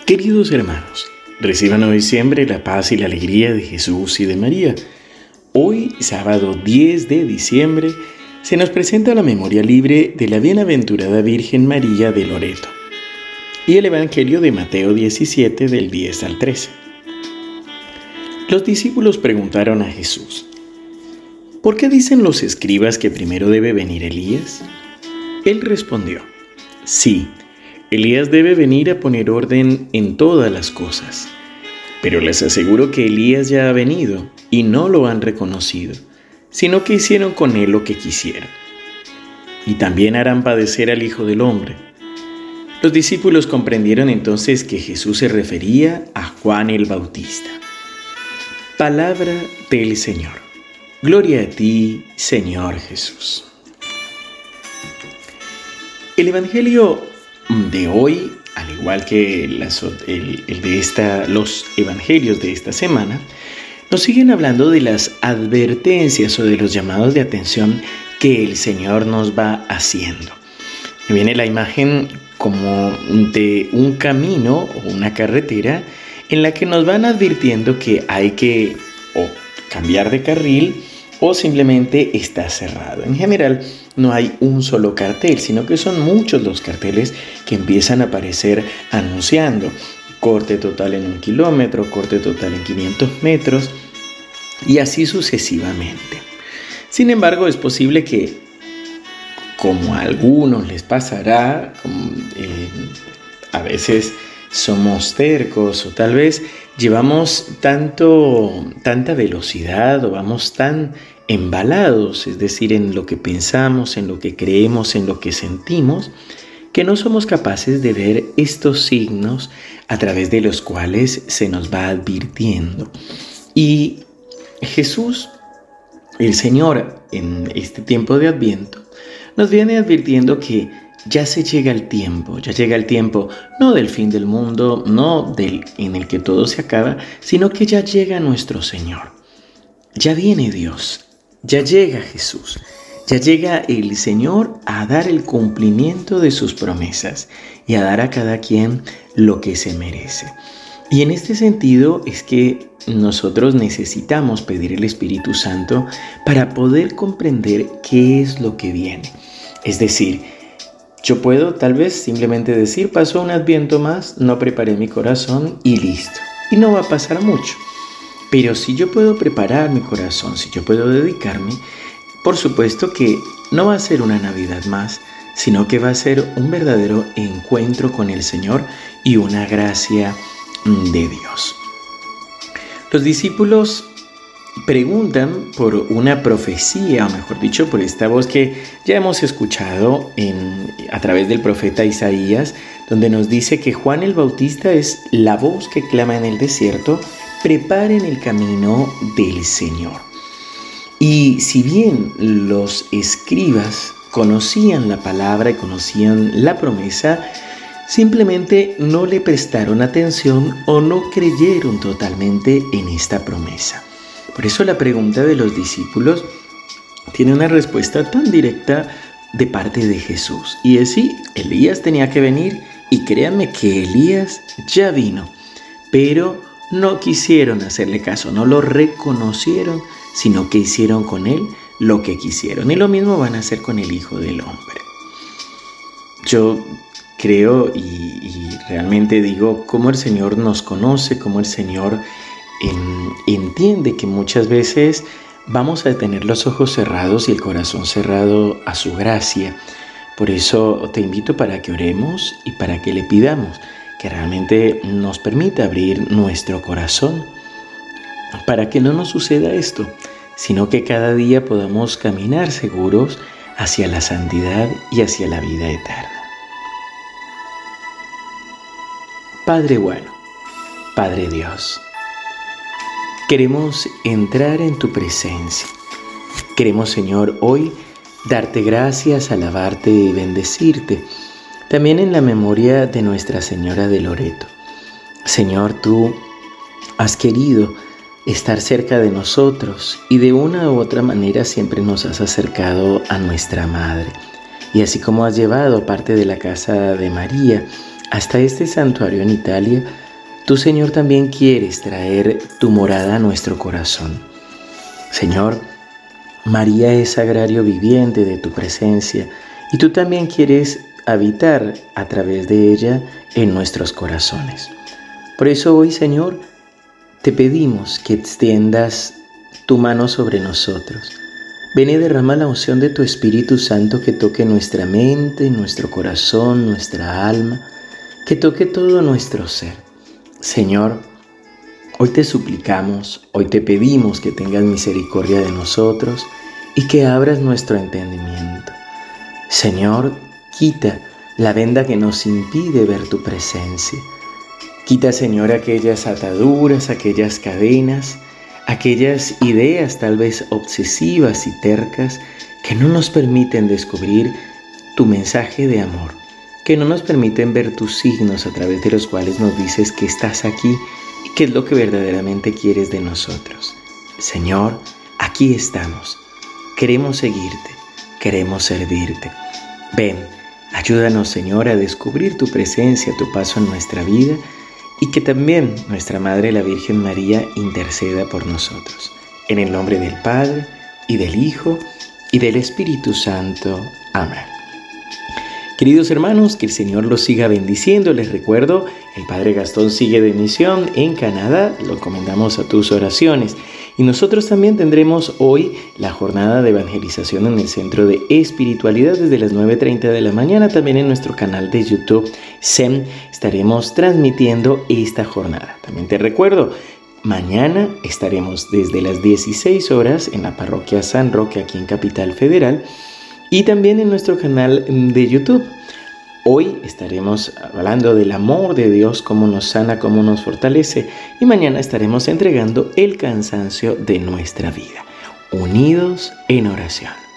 Queridos hermanos, reciban hoy siempre la paz y la alegría de Jesús y de María. Hoy, sábado 10 de diciembre, se nos presenta la memoria libre de la bienaventurada Virgen María de Loreto y el Evangelio de Mateo 17 del 10 al 13. Los discípulos preguntaron a Jesús: ¿por qué dicen los escribas que primero debe venir Elías? Él respondió: sí, Elías debe venir a poner orden en todas las cosas. Pero les aseguro que Elías ya ha venido y no lo han reconocido, sino que hicieron con él lo que quisieron. Y también harán padecer al Hijo del Hombre. Los discípulos comprendieron entonces que Jesús se refería a Juan el Bautista. Palabra del Señor. Gloria a ti, Señor Jesús. El Evangelio de hoy, al igual que los evangelios de esta semana, nos siguen hablando de las advertencias o de los llamados de atención que el Señor nos va haciendo. Me viene la imagen como de un camino o una carretera en la que nos van advirtiendo que hay que o cambiar de carril o simplemente está cerrado. En general, no hay un solo cartel, sino que son muchos los carteles que empiezan a aparecer anunciando corte total en 1 kilómetro, corte total en 500 metros y así sucesivamente. Sin embargo, es posible que, como a algunos les pasará, a veces somos tercos o tal vez llevamos tanta velocidad o vamos tan embalados, es decir, en lo que pensamos, en lo que creemos, en lo que sentimos, que no somos capaces de ver estos signos a través de los cuales se nos va advirtiendo. Y Jesús, el Señor, en este tiempo de Adviento, nos viene advirtiendo que ya llega el tiempo no del fin del mundo, no en el que todo se acaba, sino que ya llega nuestro Señor. Ya viene Dios, ya llega Jesús, ya llega el Señor a dar el cumplimiento de sus promesas y a dar a cada quien lo que se merece. Y en este sentido es que nosotros necesitamos pedir el Espíritu Santo para poder comprender qué es lo que viene. Es decir, yo puedo tal vez simplemente decir, pasó un Adviento más, no preparé mi corazón y listo. Y no va a pasar mucho. Pero si yo puedo preparar mi corazón, si yo puedo dedicarme, por supuesto que no va a ser una Navidad más, sino que va a ser un verdadero encuentro con el Señor y una gracia de Dios. Los discípulos preguntan por una profecía, o mejor dicho, por esta voz que ya hemos escuchado a través del profeta Isaías, donde nos dice que Juan el Bautista es la voz que clama en el desierto: preparen el camino del Señor. Y si bien los escribas conocían la palabra y conocían la promesa, simplemente no le prestaron atención o no creyeron totalmente en esta promesa. Por eso la pregunta de los discípulos tiene una respuesta tan directa de parte de Jesús. Y es sí, Elías tenía que venir, y créanme que Elías ya vino, pero no quisieron hacerle caso, no lo reconocieron, sino que hicieron con él lo que quisieron. Y lo mismo van a hacer con el Hijo del Hombre. Yo creo y realmente digo cómo el Señor nos conoce, cómo el Señor entiende que muchas veces vamos a tener los ojos cerrados y el corazón cerrado a su gracia. Por eso te invito para que oremos y para que le pidamos que realmente nos permita abrir nuestro corazón para que no nos suceda esto, sino que cada día podamos caminar seguros hacia la santidad y hacia la vida eterna. Padre bueno, Padre Dios, queremos entrar en tu presencia. Queremos, Señor, hoy darte gracias, alabarte y bendecirte. También en la memoria de Nuestra Señora de Loreto. Señor, tú has querido estar cerca de nosotros y de una u otra manera siempre nos has acercado a nuestra Madre. Y así como has llevado parte de la casa de María hasta este santuario en Italia, tú, Señor, también quieres traer tu morada a nuestro corazón. Señor, María es sagrario viviente de tu presencia y tú también quieres habitar a través de ella en nuestros corazones. Por eso hoy, Señor, te pedimos que extiendas tu mano sobre nosotros. Ven y derrama la unción de tu Espíritu Santo que toque nuestra mente, nuestro corazón, nuestra alma, que toque todo nuestro ser. Señor, hoy te suplicamos, hoy te pedimos que tengas misericordia de nosotros y que abras nuestro entendimiento. Señor, quita la venda que nos impide ver tu presencia. Quita, Señor, aquellas ataduras, aquellas cadenas, aquellas ideas tal vez obsesivas y tercas que no nos permiten descubrir tu mensaje de amor, que no nos permiten ver tus signos a través de los cuales nos dices que estás aquí y qué es lo que verdaderamente quieres de nosotros. Señor, aquí estamos. Queremos seguirte, queremos servirte. Ven, ayúdanos, Señor, a descubrir tu presencia, tu paso en nuestra vida y que también nuestra Madre, la Virgen María, interceda por nosotros. En el nombre del Padre, y del Hijo, y del Espíritu Santo. Amén. Queridos hermanos, que el Señor los siga bendiciendo. Les recuerdo, el Padre Gastón sigue de misión en Canadá. Lo encomendamos a tus oraciones. Y nosotros también tendremos hoy la jornada de evangelización en el Centro de Espiritualidad desde las 9:30 de la mañana. También en nuestro canal de YouTube, SEM, estaremos transmitiendo esta jornada. También te recuerdo, mañana estaremos desde las 16 horas en la parroquia San Roque, aquí en Capital Federal, y también en nuestro canal de YouTube. Hoy estaremos hablando del amor de Dios, cómo nos sana, cómo nos fortalece, y mañana estaremos entregando el cansancio de nuestra vida, unidos en oración.